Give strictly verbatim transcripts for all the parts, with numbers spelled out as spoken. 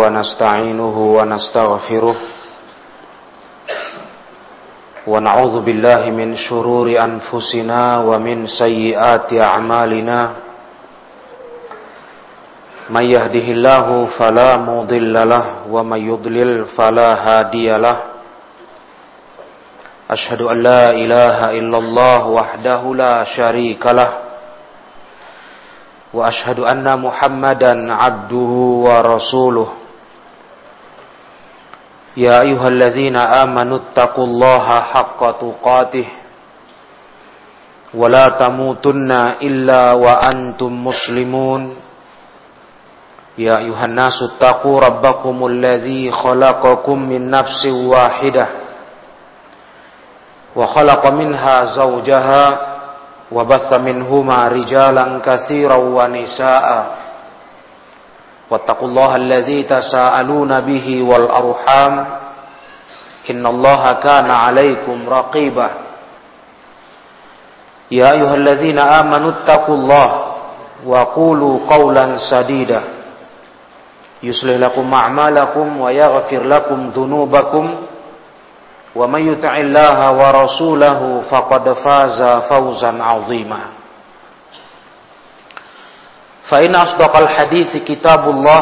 ونستعينه ونستغفره ونعوذ بالله من شرور أنفسنا ومن سيئات أعمالنا من يهده الله فلا مضل له ومن يضلل فلا هادي له أشهد أن لا إله إلا الله وحده لا شريك له وأشهد أن محمدا عبده ورسوله يا أيها الذين آمنوا اتقوا الله حق تقاته ولا تموتن إلا وأنتم مسلمون يا أيها الناس اتقوا ربكم الذي خلقكم من نفس واحدة وخلق منها زوجها وبث منهما رجالا كثيرا ونساء واتقوا الله الذي تساءلون به والأرحام إن الله كان عليكم رقيبا يا أيها الذين آمنوا اتقوا الله وقولوا قولا سديدا يصلح لكم أعمالكم ويغفر لكم ذنوبكم ومن يطع الله ورسوله فقد فاز فوزا عظيما فإن أصدق الحديث كتاب الله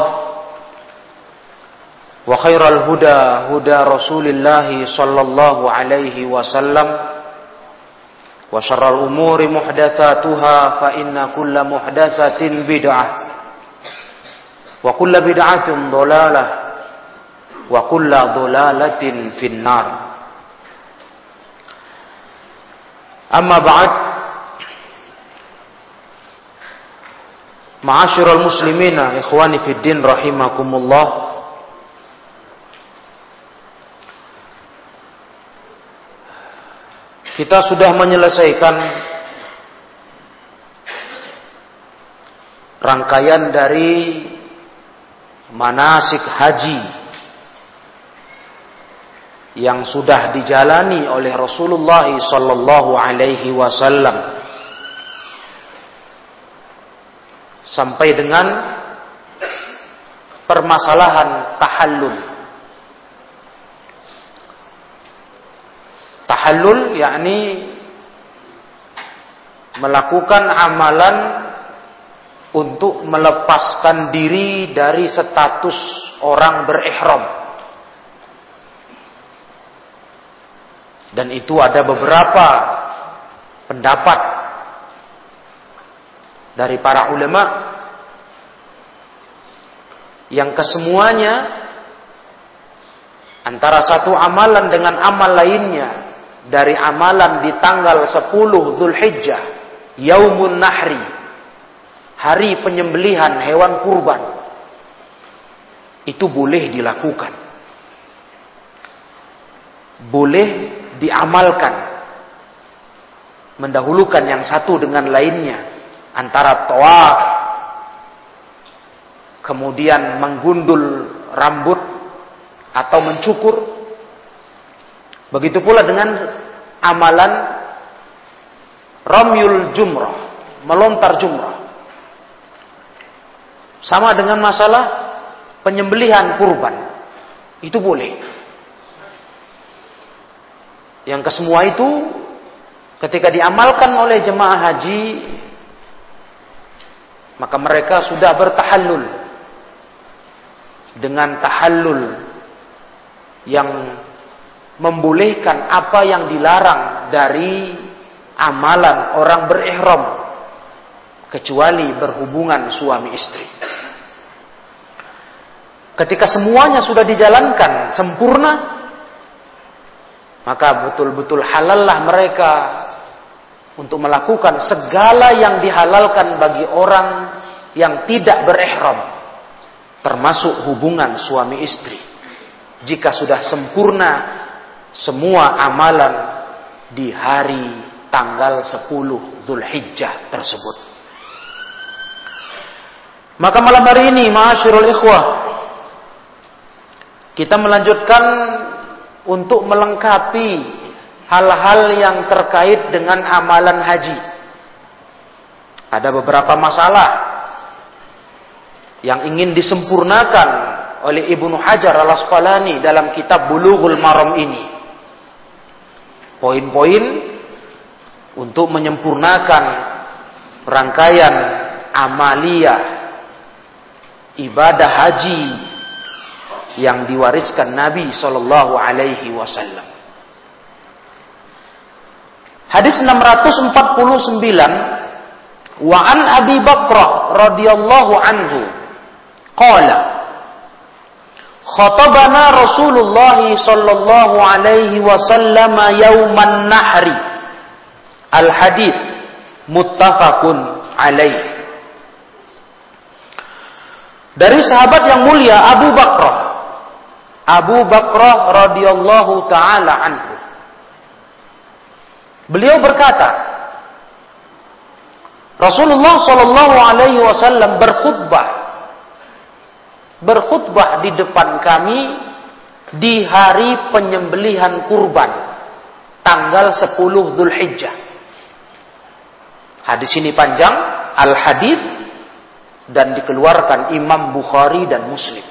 وخير الهدى هدى رسول الله صلى الله عليه وسلم وشر الأمور محدثاتها فإن كل محدثة بدعة وكل بدعة ضلالة وكل ضلالة في النار أما بعد Ma'asyiral muslimina ikhwani fid din rahimakumullah. Kita sudah menyelesaikan rangkaian dari manasik haji yang sudah dijalani oleh Rasulullah sallallahu alaihi wasallam sampai dengan permasalahan tahallul. Tahallul yakni melakukan amalan untuk melepaskan diri dari status orang berihram. Dan itu ada beberapa pendapat dari para ulama yang kesemuanya antara satu amalan dengan amal lainnya dari amalan di tanggal sepuluh Zulhijjah, Yaumun Nahri, hari penyembelihan hewan kurban, itu boleh dilakukan, boleh diamalkan, mendahulukan yang satu dengan lainnya, antara tawaf, kemudian menggundul rambut atau mencukur. Begitu pula dengan amalan ramyul jumrah, melontar jumrah. Sama dengan masalah penyembelihan kurban, itu boleh. Yang kesemua itu ketika diamalkan oleh jemaah haji, maka mereka sudah bertahallul dengan tahallul yang membolehkan apa yang dilarang dari amalan orang berihram kecuali berhubungan suami istri. Ketika semuanya sudah dijalankan sempurna, maka betul-betul halallah mereka untuk melakukan segala yang dihalalkan bagi orang yang tidak berihram, termasuk hubungan suami istri, jika sudah sempurna semua amalan di hari tanggal sepuluh Zulhijjah tersebut. Maka malam hari ini, ma'asyiral ikhwah, kita melanjutkan untuk melengkapi hal-hal yang terkait dengan amalan haji. Ada beberapa masalah yang ingin disempurnakan oleh Ibnu Hajar Al-Asqalani dalam kitab Bulughul Maram ini. Poin-poin untuk menyempurnakan rangkaian amaliyah ibadah haji yang diwariskan Nabi sallallahu alaihi wasallam. Hadis enam ratus empat puluh sembilan, wa an Abi Bakrah radhiyallahu anhu qala khatabana Rasulullah sallallahu alaihi wasallam yauman nahri. Al hadits muttafaqun alaih. Dari sahabat yang mulia Abu Bakrah, Abu Bakrah radhiyallahu taala anhu. Beliau berkata, Rasulullah sallallahu alaihi wasallam berkhutbah berkhutbah di depan kami di hari penyembelihan kurban tanggal sepuluh Zulhijjah. Hadis ini panjang, al-hadits, dan dikeluarkan Imam Bukhari dan Muslim.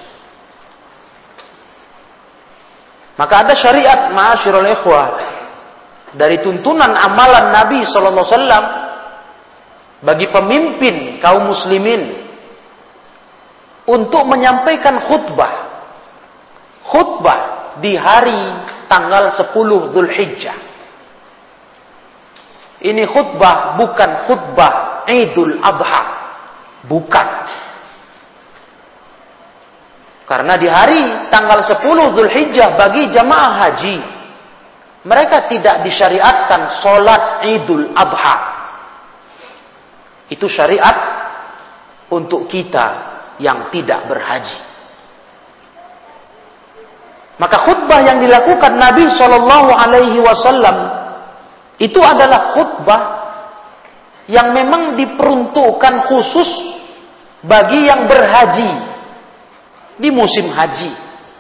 Maka ada syariat, ma'asyiral ikhwah, dari tuntunan amalan Nabi sallallahu alaihi wasallam bagi pemimpin kaum muslimin untuk menyampaikan khutbah. Khutbah di hari tanggal sepuluh Zulhijjah. Ini khutbah bukan khutbah Idul Adha. Bukan. Karena di hari tanggal sepuluh Zulhijjah bagi jamaah haji, mereka tidak disyariatkan sholat Idul Adha. Itu syariat untuk kita yang tidak berhaji. Maka khutbah yang dilakukan Nabi Shallallahu Alaihi Wasallam itu adalah khutbah yang memang diperuntukkan khusus bagi yang berhaji di musim haji.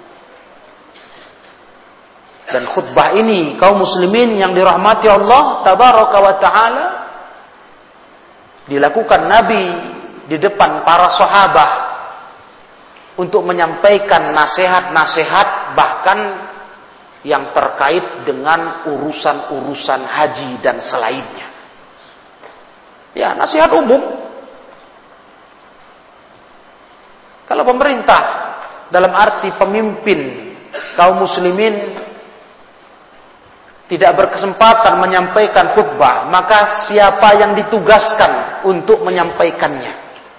Dan khutbah ini kaum muslimin yang dirahmati Allah tabaraka wa taala dilakukan Nabi di depan para sahabat untuk menyampaikan nasihat-nasihat bahkan yang terkait dengan urusan-urusan haji dan selainnya. Ya, nasihat umum. Kalau pemerintah dalam arti pemimpin kaum muslimin tidak berkesempatan menyampaikan khutbah, maka siapa yang ditugaskan untuk menyampaikannya?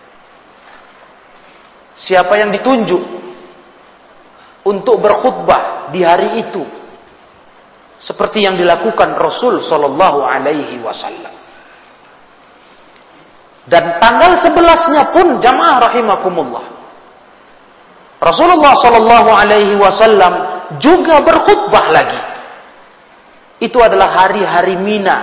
Siapa yang ditunjuk untuk berkhutbah di hari itu? Seperti yang dilakukan Rasul sallallahu alaihi wasallam. Dan tanggal sebelasnya pun jamaah rahimakumullah, Rasulullah sallallahu alaihi wasallam juga berkhutbah lagi. Itu adalah hari-hari Mina,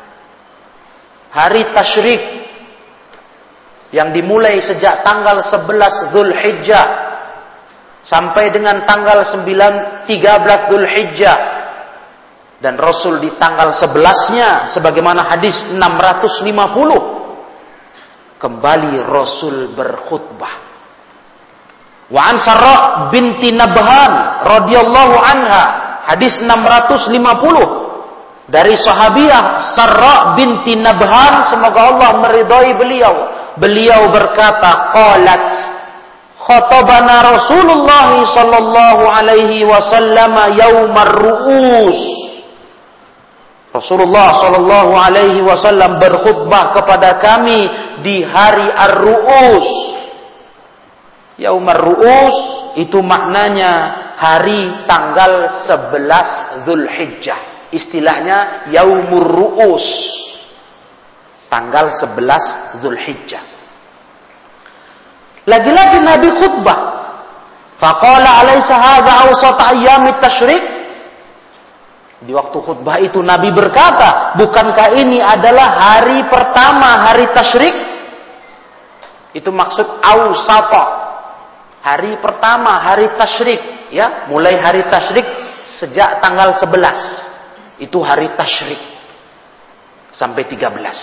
hari tasyrik yang dimulai sejak tanggal sebelas Zulhijjah sampai dengan tanggal sembilan, tiga belas Zulhijjah. Dan Rasul di tanggal sebelasnya sebagaimana hadis enam ratus lima puluh kembali Rasul berkhutbah. Wa an Sarrah binti Nabhan radhiyallahu anha, hadis enam ratus lima puluh dari sahabiah Sarrah binti Nabhan, semoga Allah meridai beliau. Beliau berkata, qalat khatabana Rasulullah sallallahu alaihi wasallam yaumar ru'us. Rasulullah sallallahu alaihi wasallam berkhutbah kepada kami di hari Ar-Ru'us. Yaumar Ru'us itu maknanya hari tanggal sebelas Zulhijjah. Istilahnya Yaumur Ru'us, tanggal sebelas Zulhijjah. Lagi-lagi Nabi khutbah. Faqala alaysa hadza awsat ayyamit tasyrik? Di waktu khutbah itu Nabi berkata, bukankah ini adalah hari pertama hari tasyrik? Itu maksud awsata, hari pertama hari tasyrik, ya, mulai hari tasyrik sejak tanggal sebelas. Itu hari tasyrik sampai tiga belas.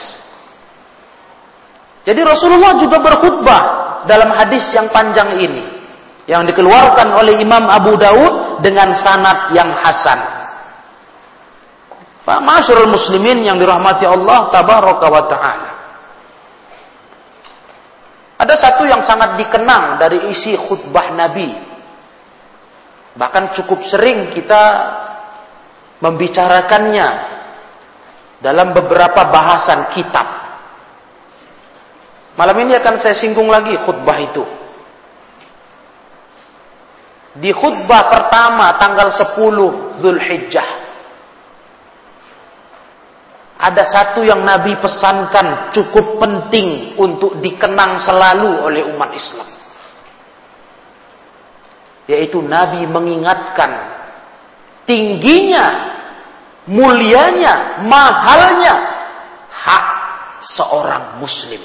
Jadi Rasulullah juga berkhutbah dalam hadis yang panjang ini. yang dikeluarkan oleh Imam Abu Daud dengan sanad yang hasan. Pak Ma'asyiral muslimin yang dirahmati Allah tabaraka wa taala. Ada satu yang sangat dikenang dari isi khutbah Nabi. Bahkan cukup sering kita membicarakannya dalam beberapa bahasan kitab. Malam ini akan saya singgung lagi khutbah itu. Di khutbah pertama tanggal sepuluh Zulhijjah, ada satu yang Nabi pesankan cukup penting untuk dikenang selalu oleh umat Islam. Yaitu Nabi mengingatkan tingginya, mulianya, mahalnya hak seorang muslim.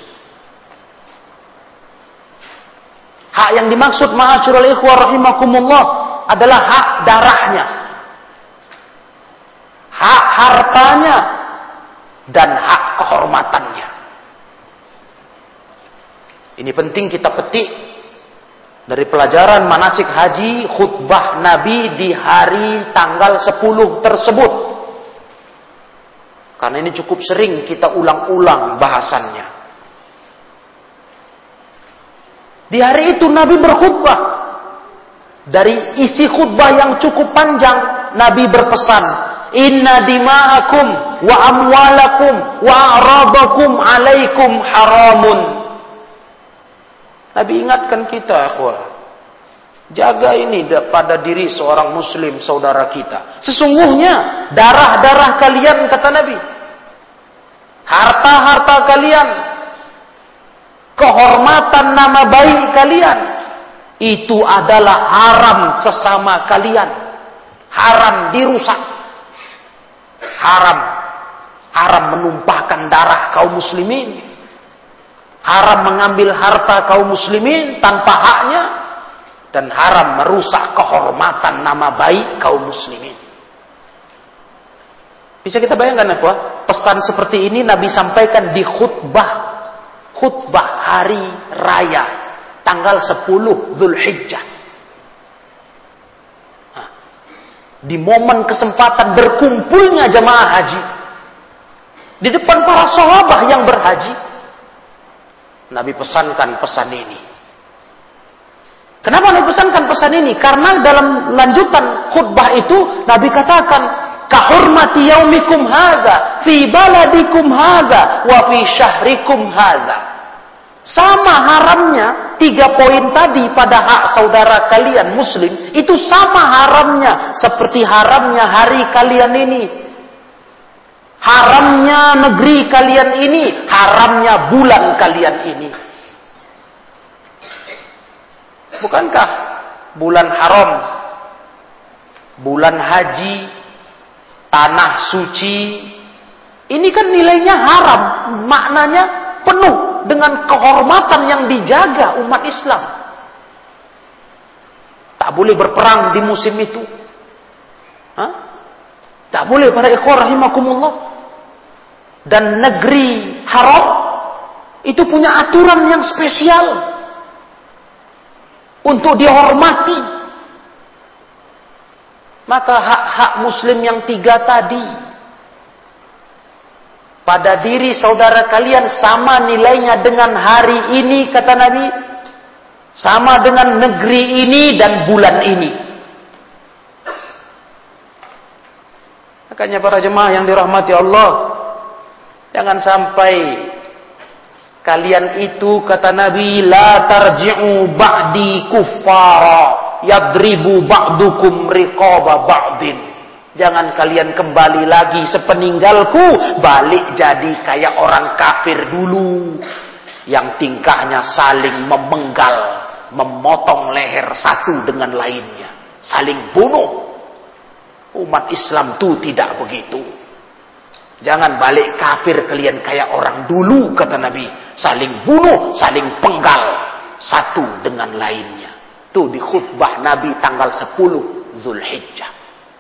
Hak yang dimaksud ma'asyiral ikhwah rahimakumullah adalah hak darahnya, hak hartanya, dan hak kehormatannya. Ini penting kita petik dari pelajaran manasik haji khutbah Nabi di hari tanggal sepuluh tersebut. Karena ini cukup sering kita ulang-ulang bahasannya. Di hari itu Nabi berkhutbah. Dari isi khutbah yang cukup panjang, Nabi berpesan, "Inna dima'akum wa amwalakum wa a'radakum alaikum haramun." Nabi ingatkan kita, akhwah, jaga ini pada diri seorang muslim saudara kita. Sesungguhnya darah-darah kalian, kata Nabi, harta-harta kalian, kehormatan nama baik kalian, itu adalah haram sesama kalian. Haram dirusak. Haram. Haram menumpahkan darah kaum muslimin. Haram mengambil harta kaum muslimin tanpa haknya. Dan haram merusak kehormatan nama baik kaum muslimin. Bisa kita bayangkan apa? Pesan seperti ini Nabi sampaikan di khutbah. Khutbah hari raya tanggal sepuluh Zulhijjah. Nah, di momen kesempatan berkumpulnya jamaah haji di depan para sahabat yang berhaji, Nabi pesankan pesan ini. Kenapa Nabi pesankan pesan ini? Karena dalam lanjutan khutbah itu Nabi katakan, "Kahurmati yaumikum hadza fi baladikum hadza wa fi syahrikum hadza." Sama haramnya tiga poin tadi pada hak saudara kalian muslim, itu sama haramnya seperti haramnya hari kalian ini, haramnya negeri kalian ini, haramnya bulan kalian ini. Bukankah bulan haram, bulan haji, tanah suci, ini kan nilainya haram, maknanya penuh dengan kehormatan yang dijaga umat Islam. Tak boleh berperang di musim itu. Hah? Tak boleh para ikhwah rahimakumullah. Dan negeri haram itu punya aturan yang spesial untuk dihormati. Maka hak-hak muslim yang tiga tadi pada diri saudara kalian sama nilainya dengan hari ini, kata Nabi, sama dengan negeri ini dan bulan ini. Makanya para jemaah yang dirahmati Allah, jangan sampai kalian itu, kata Nabi, la tarji'u ba'di kuffara yadribu ba'dukum riqaba ba'din. Jangan kalian kembali lagi sepeninggalku, balik jadi kayak orang kafir dulu, yang tingkahnya saling memenggal, memotong leher satu dengan lainnya, saling bunuh. Umat Islam itu tidak begitu. Jangan balik kafir kalian kayak orang dulu, kata Nabi, saling bunuh, saling penggal satu dengan lainnya. Itu di khutbah Nabi tanggal sepuluh Zulhijjah.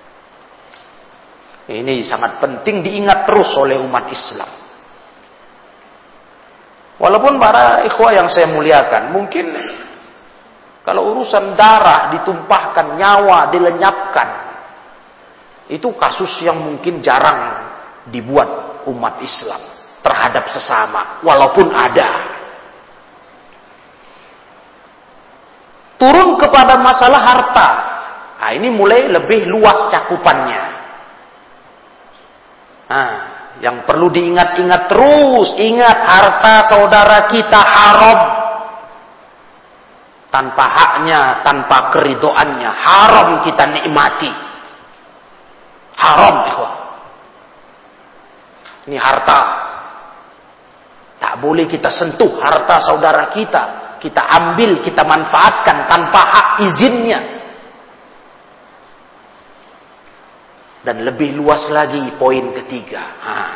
Ini sangat penting diingat terus oleh umat Islam. Walaupun para ikhwah yang saya muliakan, mungkin Kalau urusan darah ditumpahkan, nyawa dilenyapkan, itu kasus yang mungkin jarang dibuat umat Islam terhadap sesama, walaupun ada. Turun kepada masalah harta. Nah, ini mulai lebih luas cakupannya. Nah, yang perlu diingat-ingat terus, ingat harta saudara kita haram. Tanpa haknya, tanpa keridoannya, haram kita nikmati. Haram, ikhwan. Ini harta. Tak boleh kita sentuh harta saudara kita. Kita ambil, kita manfaatkan tanpa hak izinnya. Dan lebih luas lagi poin ketiga. Nah.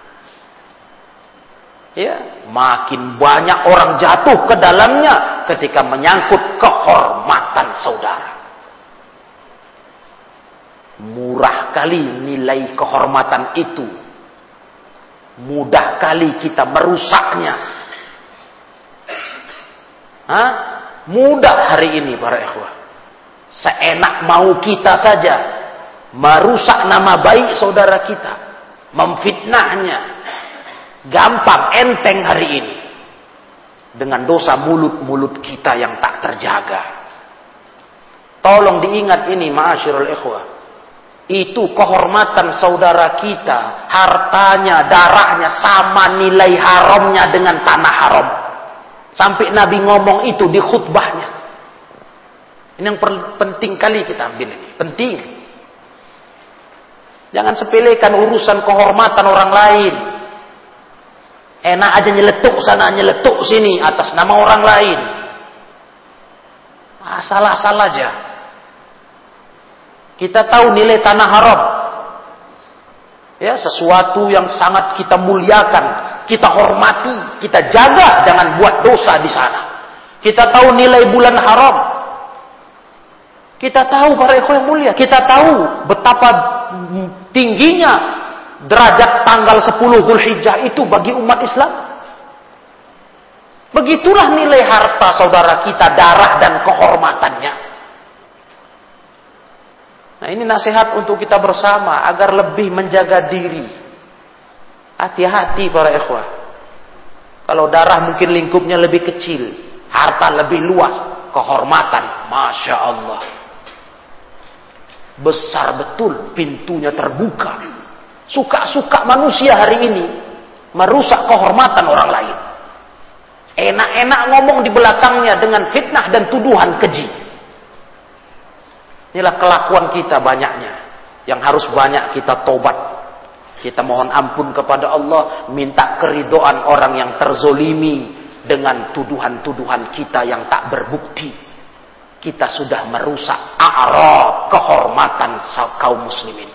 Ya, makin banyak orang jatuh ke dalamnya ketika menyangkut kehormatan saudara. Murah kali nilai kehormatan itu. Mudah kali kita merusaknya. Hah? Mudah hari ini para ikhwah. Seenak mau kita saja merusak nama baik saudara kita, memfitnahnya. Gampang, enteng hari ini. Dengan dosa mulut-mulut kita yang tak terjaga. Tolong diingat ini ma'asyiral ikhwah. Itu kehormatan saudara kita, hartanya, darahnya sama nilai haramnya dengan tanah haram. Sampai Nabi ngomong itu di khutbahnya. Ini yang penting kali kita ambil ini. Penting. Jangan sepelekan urusan kehormatan orang lain. Enak aja nyeletuk sana, nyeletuk sini atas nama orang lain. Asal-asal aja. Kita tahu nilai tanah haram. Ya, sesuatu yang sangat kita muliakan, kita hormati, kita jaga, jangan buat dosa di sana. Kita tahu nilai bulan haram. Kita tahu para ikhwan yang mulia, kita tahu betapa tingginya derajat tanggal sepuluh Dzulhijjah itu bagi umat Islam. Begitulah nilai harta saudara kita, darah dan kehormatannya. Nah, ini nasihat untuk kita bersama agar lebih menjaga diri. Hati-hati para ikhwah. Kalau darah mungkin lingkupnya lebih kecil, harta lebih luas, kehormatan, Masya Allah. Besar betul, pintunya terbuka. Suka-suka manusia hari ini merusak kehormatan orang lain. Enak-enak ngomong di belakangnya dengan fitnah dan tuduhan keji. Inilah kelakuan kita banyaknya, yang harus banyak kita tobat. Kita mohon ampun kepada Allah, minta keridhaan orang yang terzolimi dengan tuduhan-tuduhan kita yang tak berbukti. Kita sudah merusak a'rad, kehormatan kaum muslimin.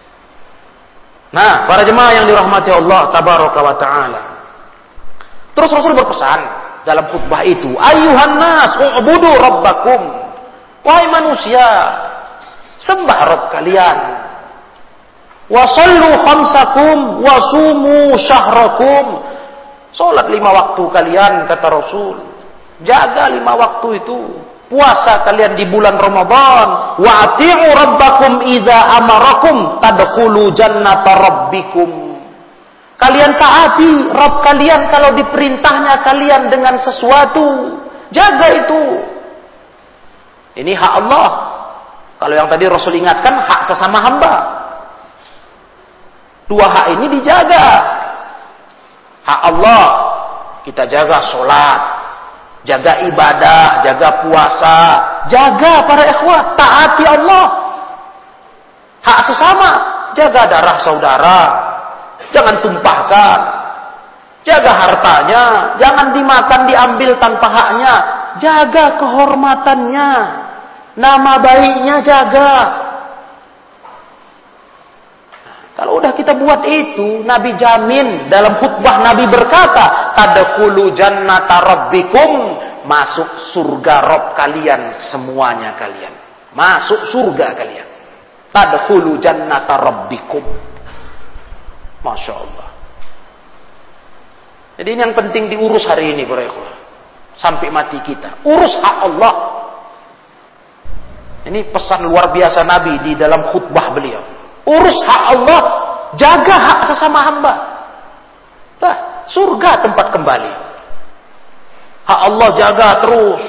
Nah, para jemaah yang dirahmati Allah tabaraka wa ta'ala. Terus Rasul berpesan dalam khutbah itu, ayyuhan nas u'budu rabbakum. Wahai manusia, sembah Rabb kalian. Wa sallu khamsakum wa sumu syahrakum. Salat lima waktu kalian, kata Rasul. Jaga lima waktu itu. Puasa kalian di bulan Ramadan. Wa ati'u rabbakum idza amarakum tadkhulu jannata rabbikum. Kalian taati Rabb kalian kalau diperintahnya kalian dengan sesuatu. Jaga itu. Ini hak Allah. Kalau yang tadi Rasul ingatkan, hak sesama hamba. Dua hak ini dijaga. Hak Allah, kita jaga sholat, jaga ibadah, jaga puasa, jaga para ikhwah, taati Allah. Hak sesama, jaga darah saudara, jangan tumpahkan. Jaga hartanya, jangan dimakan, diambil tanpa haknya. Jaga kehormatannya, nama baiknya jaga. Kalau udah kita buat itu, Nabi jamin dalam khutbah Nabi berkata, tadkhulu jannata rabbikum, masuk surga Rabb kalian semuanya kalian. Masuk surga kalian. Tadkhulu jannata rabbikum. Masya Allah. Jadi ini yang penting diurus hari ini para ikhwah. Sampai mati kita. Urus hak Allah. Ini pesan luar biasa Nabi di dalam khutbah beliau. Urus hak Allah, jaga hak sesama hamba. Nah, surga tempat kembali. Hak Allah jaga terus.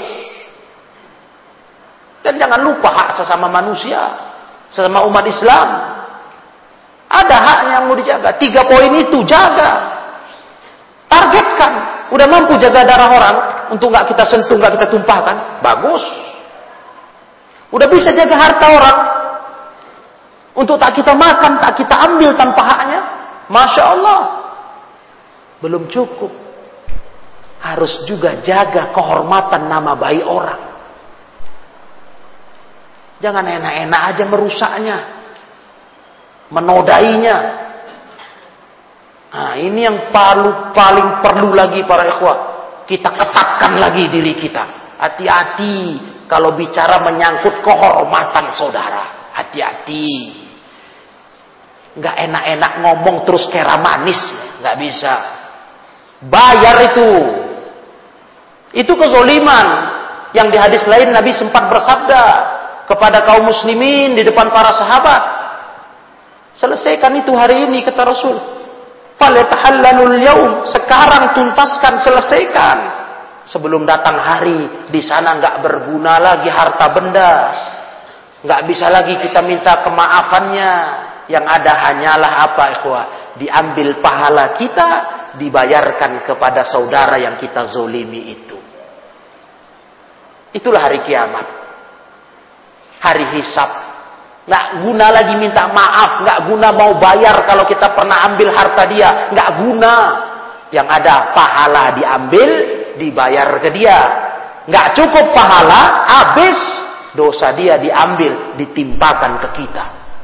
Dan jangan lupa hak sesama manusia, sesama umat Islam. Ada haknya yang mau dijaga. Tiga poin itu jaga. Targetkan. Udah mampu jaga darah orang untuk nggak kita sentuh, nggak kita tumpahkan, bagus. Udah bisa jaga harta orang untuk tak kita makan, tak kita ambil tanpa haknya, masya Allah. Belum cukup, harus juga jaga kehormatan nama baik orang. Jangan enak-enak aja merusaknya, menodainya. Nah, ini yang paling, paling perlu lagi para ikhwah. Kita ketatkan lagi diri kita. Hati-hati kalau bicara menyangkut kehormatan saudara. Hati-hati. Nggak enak-enak ngomong terus kera manis. Nggak bisa. Bayar itu. Itu kezoliman. Yang di hadis lain Nabi sempat bersabda kepada kaum muslimin di depan para sahabat. Selesaikan itu hari ini, kata Rasul. Falyatahallalul yaum, sekarang tuntaskan, selesaikan. Sebelum datang hari, di sana nggak berguna lagi harta benda, nggak bisa lagi kita minta kemaafannya. Yang ada hanyalah apa, ikhwah? Diambil pahala kita, dibayarkan kepada saudara yang kita zolimi itu. Itulah hari kiamat, hari hisab. Nggak guna lagi minta maaf, nggak guna mau bayar kalau kita pernah ambil harta dia, nggak guna. Yang ada pahala diambil, dibayar ke dia. Nggak cukup pahala, habis dosa dia diambil, ditimpakan ke kita.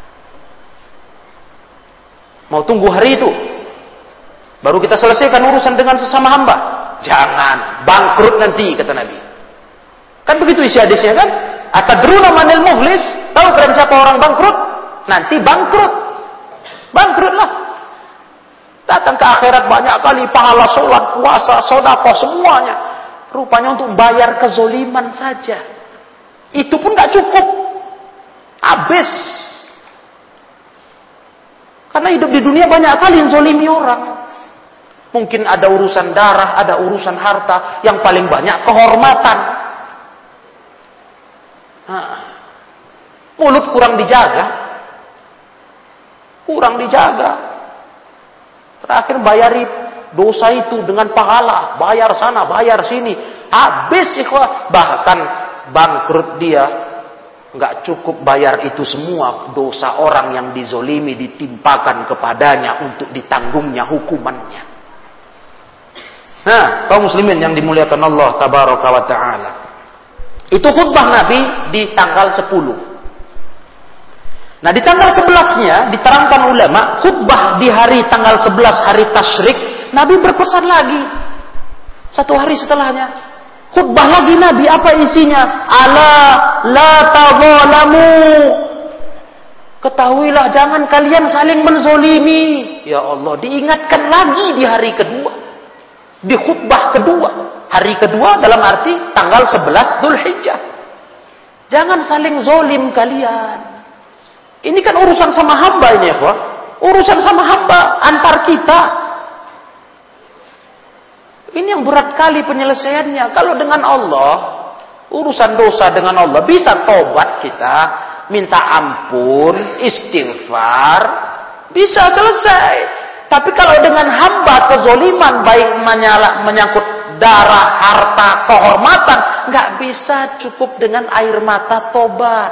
Mau tunggu hari itu, baru kita selesaikan urusan dengan sesama hamba? Jangan, bangkrut nanti, kata Nabi. Kan begitu isi hadisnya kan? Atadruna manil muflis? Tahu kalian siapa orang bangkrut? Nanti bangkrut. Bangkrutlah. Datang ke akhirat banyak kali pahala sholat, puasa, sedekah, semuanya. Rupanya untuk bayar kezoliman saja. Itu pun gak cukup. Habis. Karena hidup di dunia banyak kali yang zolimi orang. Mungkin ada urusan darah, ada urusan harta. Yang paling banyak kehormatan. Nah, mulut kurang dijaga, kurang dijaga. Terakhir bayari dosa itu dengan pahala, bayar sana, bayar sini, habis ikhwah. Bahkan bangkrut dia, nggak cukup bayar itu semua. Dosa orang yang dizolimi ditimpakan kepadanya untuk ditanggungnya hukumannya. Nah, kaum muslimin yang dimuliakan Allah tabaraka wa ta'ala, itu khutbah Nabi di tanggal sepuluh. Nah, di tanggal sebelasnya diterangkan ulama, khutbah di hari tanggal sebelas, hari tasyrik, Nabi berpesan lagi. Satu hari setelahnya, khutbah lagi Nabi, apa isinya? Ala la tadzalamu. Ketahuilah jangan kalian saling menzolimi. Ya Allah, diingatkan lagi di hari kedua. Di khutbah kedua. Hari kedua dalam arti tanggal sebelas Dzulhijjah. Jangan saling zolim kalian. Ini kan urusan sama hamba ini ya, Pak. Urusan sama hamba antar kita. Ini yang berat kali penyelesaiannya. Kalau dengan Allah, urusan dosa dengan Allah, bisa tobat kita, minta ampun, istighfar, bisa selesai. Tapi kalau dengan hamba kezoliman, baik menyangkut darah, harta, kehormatan, nggak bisa cukup dengan air mata tobat.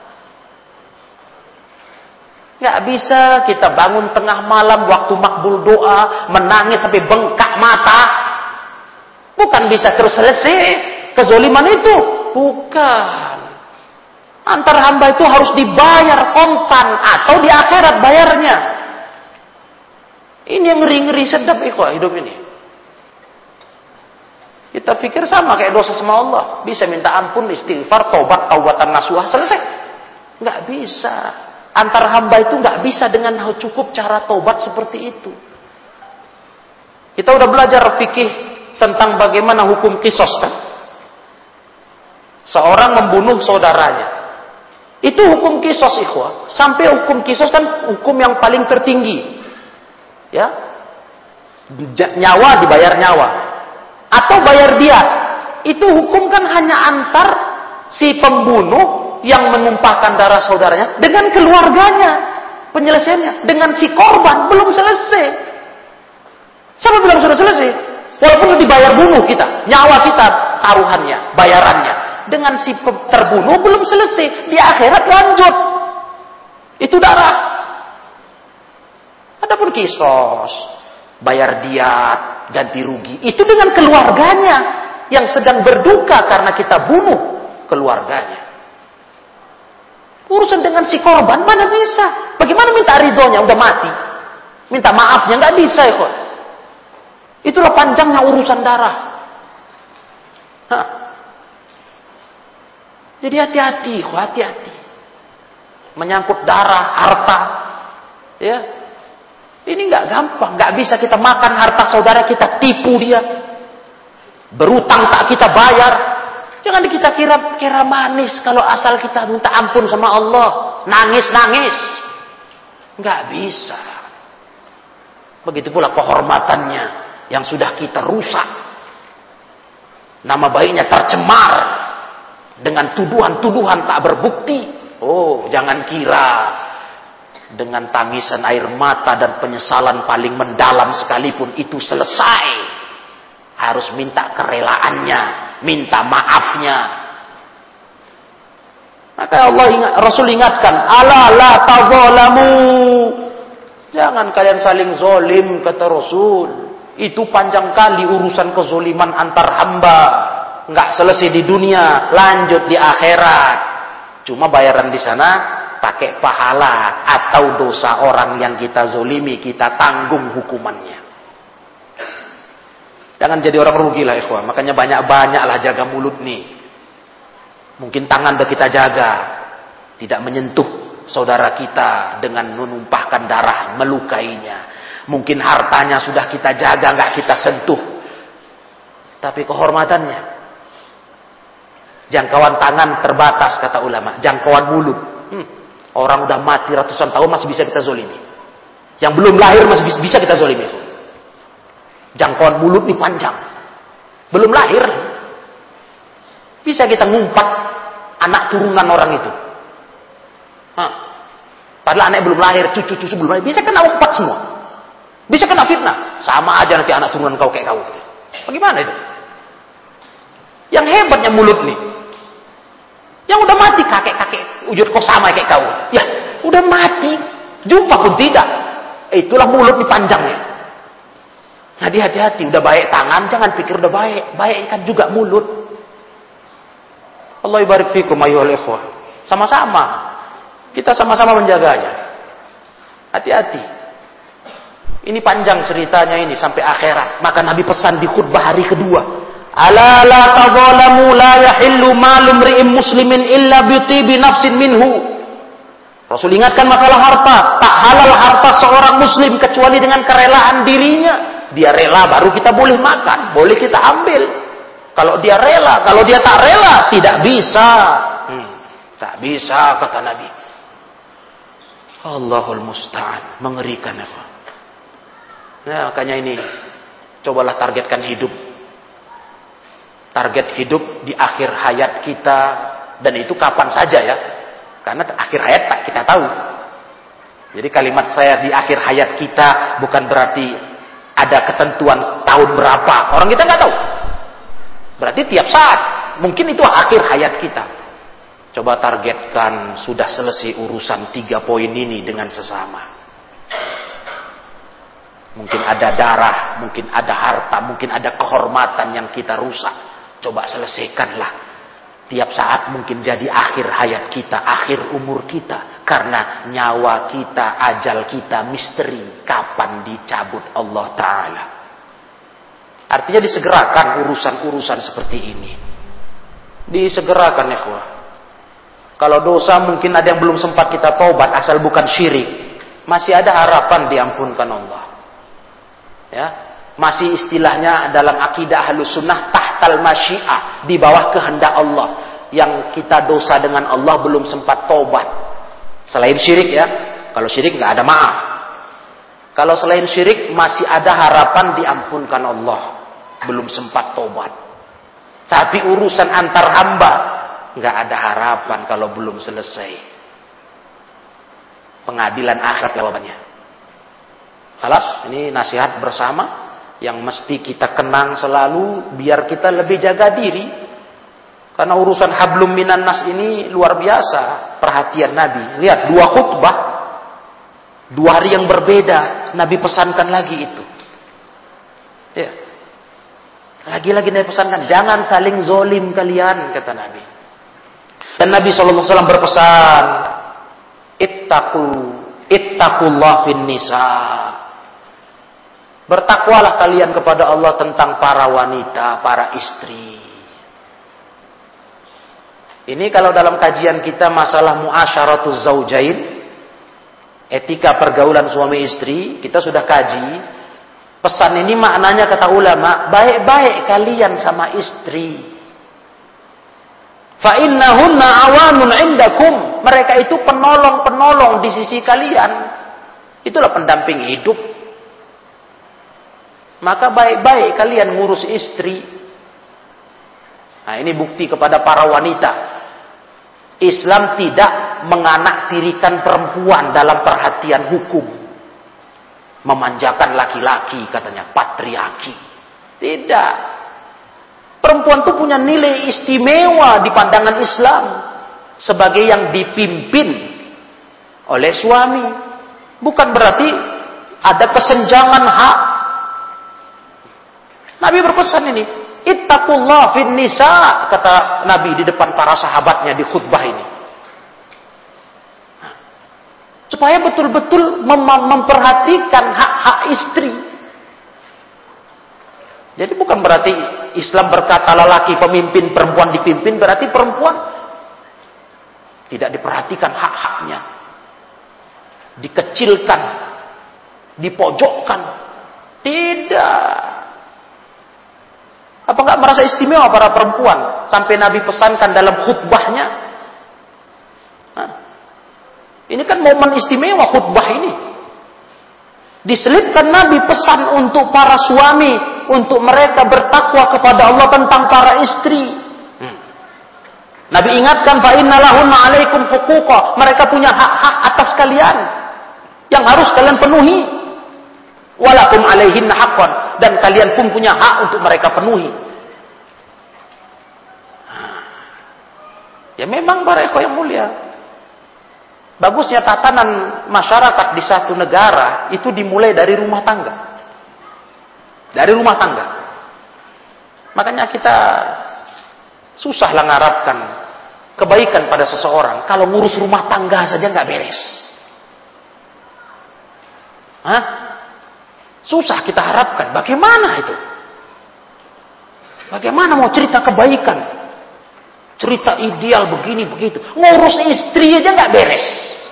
Nggak bisa kita bangun tengah malam waktu makbul doa, menangis sampai bengkak mata. Bukan bisa terus selesai kezoliman itu. Bukan. Antar hamba itu harus dibayar kontan atau di akhirat bayarnya. Ini yang ngeri-ngeri sedap ikhwah hidup ini. Kita pikir sama kayak dosa sama Allah. Bisa minta ampun, istighfar, taubat, taubatan nasuha, selesai. Nggak bisa. Antar hamba itu nggak bisa dengan cukup cara taubat seperti itu. Kita udah belajar fikih tentang bagaimana hukum qisas kan. Seorang membunuh saudaranya. Itu hukum kisos, ikhwah. Sampai hukum kisos kan hukum yang paling tertinggi. Ya. Nyawa dibayar nyawa. Atau bayar dia. Itu hukum kan hanya antar si pembunuh yang menumpahkan darah saudaranya dengan keluarganya. Penyelesaiannya. Dengan si korban belum selesai. Siapa bilang sudah selesai? Walaupun dibayar bunuh kita. Nyawa kita taruhannya, bayarannya. Dengan si terbunuh belum selesai. Di akhirat lanjut. Itu darah. Adapun kisos, bayar diat, ganti rugi, itu dengan keluarganya yang sedang berduka karena kita bunuh keluarganya. Urusan dengan si korban mana bisa? Bagaimana minta ridhonya udah mati? Minta maafnya nggak bisa, ya. Itulah panjangnya urusan darah. Hah. Jadi hati-hati, hati-hati. Menyangkut darah, harta. Ya. Ini nggak gampang. Nggak bisa kita makan harta saudara kita, tipu dia. Berutang tak kita bayar. Jangan kita kira kira manis kalau asal kita minta ampun sama Allah. Nangis-nangis. Nggak bisa. Begitu pula kehormatannya yang sudah kita rusak. Nama baiknya tercemar dengan tuduhan-tuduhan tak berbukti. Oh, jangan kira dengan tangisan air mata dan penyesalan paling mendalam sekalipun itu selesai. Harus minta kerelaannya, minta maafnya. Maka Allah ingat, Rasul ingatkan, ala la tadzalamu. Jangan kalian saling zolim, kata Rasul. Itu panjang kali urusan kezoliman antar hamba. Nggak selesai di dunia, lanjut di akhirat. Cuma bayaran di sana pakai pahala atau dosa orang yang kita zolimi, kita tanggung hukumannya. Jangan jadi orang rugi lah, ikhwah. Makanya banyak-banyaklah jaga mulut nih. Mungkin tangan udah kita jaga, tidak menyentuh saudara kita dengan menumpahkan darah, melukainya. Mungkin hartanya sudah kita jaga, nggak kita sentuh. Tapi kehormatannya, jangkauan tangan terbatas, kata ulama. Jangkauan mulut. Hmm. Orang udah mati ratusan tahun masih bisa kita zolimi. Yang belum lahir masih bisa kita zolimi. Jangkauan mulut ini panjang. Belum lahir. Bisa kita ngumpat anak turunan orang itu. Hah. Padahal anak belum lahir, cucu-cucu belum lahir. Bisa kena umpat semua. Bisa kena fitnah. Sama aja nanti anak turunan kau kayak kau. Bagaimana itu? Yang hebatnya mulut nih. Yang udah mati kakek-kakek wujud kau sama kayak kau. Ya, udah mati. Jumpa pun tidak. Itulah mulut nih panjangnya. Jadi hati-hati. Udah baik tangan, jangan pikir udah baik. Baik kan juga mulut. Allah ibarik fikum ayyuhal ikhwah. Sama-sama. Kita sama-sama menjaganya. Hati-hati. Ini panjang ceritanya ini sampai akhirat. Maka Nabi pesan di khutbah hari kedua. Ala la tadzalamu la yahillu malum ri'im muslimin illa bi nafsin minhu. Rasul ingatkan masalah harta. Tak halal harta seorang muslim kecuali dengan kerelaan dirinya. Dia rela baru kita boleh makan. Boleh kita ambil. Kalau dia rela. Kalau dia tak rela, tidak bisa. Hmm, tak bisa, kata Nabi. Allahul musta'an. Mengerikan ya. Nah, makanya ini. Cobalah targetkan hidup. Target hidup di akhir hayat kita. Dan itu kapan saja ya. Karena akhir hayat tak kita tahu. Jadi kalimat saya di akhir hayat kita bukan berarti ada ketentuan tahun berapa. Orang kita nggak tahu. Berarti tiap saat. Mungkin itu akhir hayat kita. Coba targetkan sudah selesai urusan tiga poin ini dengan sesama. Mungkin ada darah, mungkin ada harta, mungkin ada kehormatan yang kita rusak. Coba selesaikanlah. Tiap saat mungkin jadi akhir hayat kita, akhir umur kita. Karena nyawa kita, ajal kita misteri. Kapan dicabut Allah Ta'ala. Artinya disegerakan urusan-urusan seperti ini. Disegerakan ya ikhwah. Kalau dosa mungkin ada yang belum sempat kita tobat asal bukan syirik. Masih ada harapan diampunkan Allah. Ya, masih istilahnya dalam akidah Ahlus Sunnah tahtal masyiah, di bawah kehendak Allah. yang kita dosa dengan Allah belum sempat tobat. Selain syirik ya. Kalau syirik nggak ada maaf. Kalau selain syirik masih ada harapan diampunkan Allah. Belum sempat tobat. Tapi urusan antar hamba nggak ada harapan kalau belum selesai. Pengadilan akhirat jawabannya. Alas, ini nasihat bersama yang mesti kita kenang selalu biar kita lebih jaga diri. Karena urusan hablum minan nas ini luar biasa perhatian Nabi. Lihat dua khutbah, dua hari yang berbeda Nabi pesankan lagi itu. Ya. Lagi-lagi Nabi pesankan jangan saling zolim kalian, kata Nabi. Dan Nabi shallallahu alaihi wasallam berpesan, ittaqu ittaqullah fin nisa. Bertakwalah kalian kepada Allah tentang para wanita, para istri. Ini kalau dalam kajian kita masalah muasyaratuz zaujain, etika pergaulan suami istri, kita sudah kaji. Pesan ini maknanya kata ulama, baik-baik kalian sama istri. Fa innahunna awanun indakum. Mereka itu penolong-penolong di sisi kalian. Itulah pendamping hidup. Maka baik-baik kalian ngurus istri. Nah, ini bukti kepada para wanita. Islam tidak menganaktirikan perempuan dalam perhatian hukum. Memanjakan laki-laki katanya, patriarki. Tidak. Perempuan itu punya nilai istimewa di pandangan Islam. Sebagai yang dipimpin oleh suami. Bukan berarti ada kesenjangan hak. Nabi berpesan ini, ittaqullah fin nisa, kata Nabi di depan para sahabatnya di khutbah ini. Supaya betul-betul mem- memperhatikan hak-hak istri. Jadi bukan berarti Islam berkata lelaki pemimpin, perempuan dipimpin, berarti perempuan tidak diperhatikan hak-haknya. Dikecilkan, dipojokkan. Tidak. Apa enggak merasa istimewa para perempuan sampai Nabi pesankan dalam khutbahnya? Nah, ini kan momen istimewa khutbah ini. Diselipkan Nabi pesan untuk para suami, untuk mereka bertakwa kepada Allah tentang para istri. Hmm. Nabi ingatkan, fa inna lahunna 'alaikum huquqa. Mereka punya hak-hak atas kalian yang harus kalian penuhi. Walakum 'alaihinna haqqan. Dan kalian pun punya hak untuk mereka penuhi. Ya memang para ikhwan yang mulia. Bagusnya tatanan masyarakat di satu negara itu dimulai dari rumah tangga. Dari rumah tangga. Makanya kita susahlah mengharapkan kebaikan pada seseorang kalau ngurus rumah tangga saja nggak beres. Hah? Susah kita harapkan. Bagaimana itu? Bagaimana mau cerita kebaikan? Cerita ideal begini begitu. Ngurus istri aja nggak beres.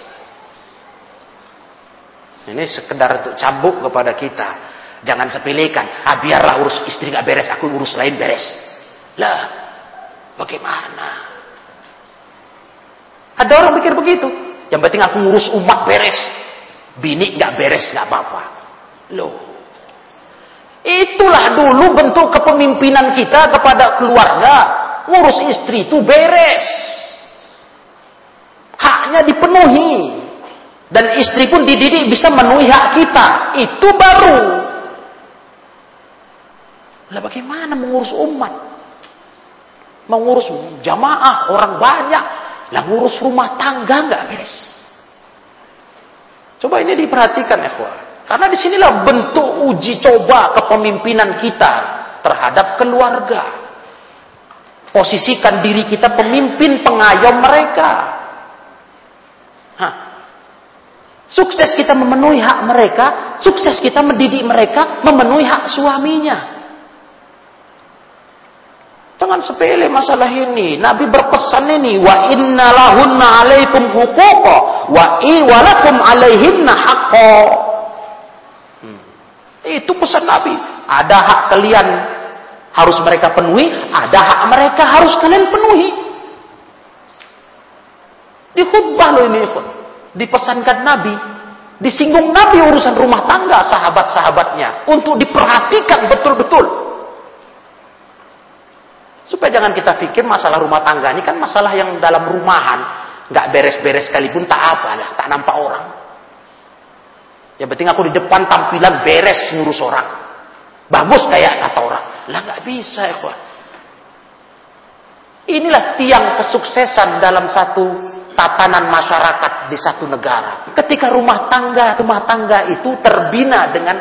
Ini sekedar untuk cambuk kepada kita. Jangan sepelekan. Ah biarlah urus istri nggak beres, aku urus lain beres. Lah, bagaimana? Ada orang pikir begitu. Yang penting aku ngurus umat beres. Bini nggak beres nggak apa-apa. Loh, itulah dulu bentuk kepemimpinan kita kepada keluarga. Ngurus istri itu beres. Haknya dipenuhi. Dan istri pun dididik bisa memenuhi hak kita. Itu baru. Lah bagaimana mengurus umat? Mengurus jamaah, orang banyak. Lah ngurus rumah tangga nggak beres. Coba ini diperhatikan ya, ikhwan. Karena disinilah bentuk uji coba kepemimpinan kita terhadap keluarga. Posisikan diri kita pemimpin pengayom mereka. Hah. Sukses kita memenuhi hak mereka, sukses kita mendidik mereka memenuhi hak suaminya. Jangan sepele masalah ini. Nabi berpesan ini, wa inna lahunna 'alaikum huquqa wa i walakum 'alaihinna haqqo. Itu pesan Nabi. Ada hak kalian harus mereka penuhi, ada hak mereka harus kalian penuhi. Di khutbah loh ini, dipesankan Nabi, disinggung Nabi urusan rumah tangga sahabat-sahabatnya untuk diperhatikan betul-betul. Supaya jangan kita pikir masalah rumah tangga ini kan masalah yang dalam rumahan, nggak beres-beres sekalipun tak apa lah, tak nampak orang. Yang penting aku di depan tampilan beres ngurus orang, bagus kayak kata orang. Lah nggak bisa ya kawan. Inilah tiang kesuksesan dalam satu tatanan masyarakat di satu negara. Ketika rumah tangga rumah tangga itu terbina dengan,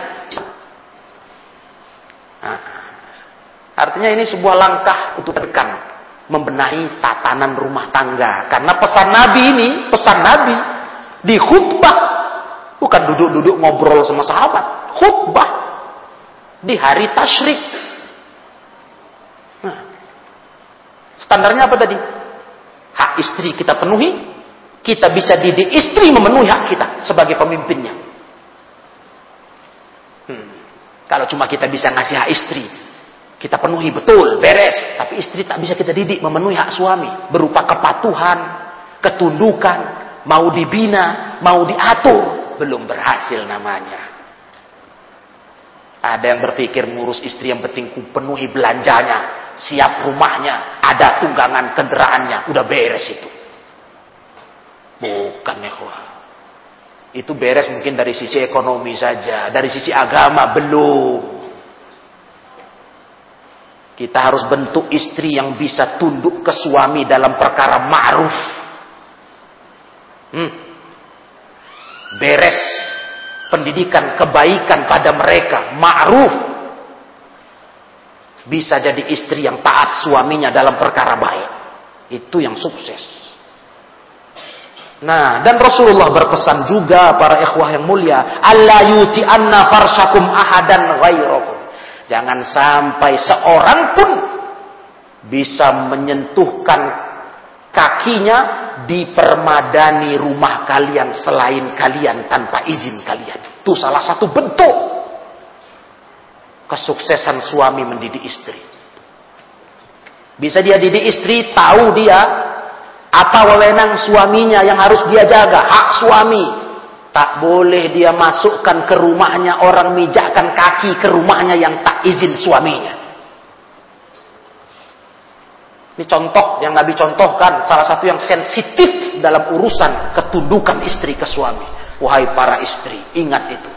nah, artinya ini sebuah langkah untuk tekan membenahi tatanan rumah tangga. Karena pesan Nabi ini, pesan Nabi di khutbah, bukan duduk-duduk ngobrol sama sahabat, khutbah di hari tasyrik. Nah, standarnya apa tadi? Hak istri kita penuhi, kita bisa didik istri memenuhi hak kita sebagai pemimpinnya. Hmm. Kalau cuma kita bisa ngasih hak istri, kita penuhi betul, beres. Tapi istri tak bisa kita didik memenuhi hak suami. Berupa kepatuhan, ketundukan, mau dibina, mau diatur. Belum berhasil namanya. Ada yang berpikir ngurus istri yang penting ku penuhi belanjanya, siap rumahnya, ada tunggangan kendaraannya, udah beres itu. Bukan ya kawan. Itu beres mungkin dari sisi ekonomi saja, dari sisi agama belum. Kita harus bentuk istri yang bisa tunduk ke suami dalam perkara ma'ruf. Hmm. Beres pendidikan kebaikan pada mereka, ma'ruf. Bisa jadi istri yang taat suaminya dalam perkara baik. Itu yang sukses. Nah, dan Rasulullah berpesan juga para ikhwah yang mulia, alla yuti'anna farsyakum ahadan ghairakum. Jangan sampai seorang pun bisa menyentuhkan kakinya di permadani rumah kalian selain kalian tanpa izin kalian. Itu salah satu bentuk kesuksesan suami mendidik istri. Bisa dia didik istri, tahu dia apa wewenang suaminya yang harus dia jaga, hak suami. Tak boleh dia masukkan ke rumahnya orang, mijakkan kaki ke rumahnya yang tak izin suaminya. Ini contoh yang Nabi contohkan, salah satu yang sensitif dalam urusan ketundukan istri ke suami. Wahai para istri, ingat itu.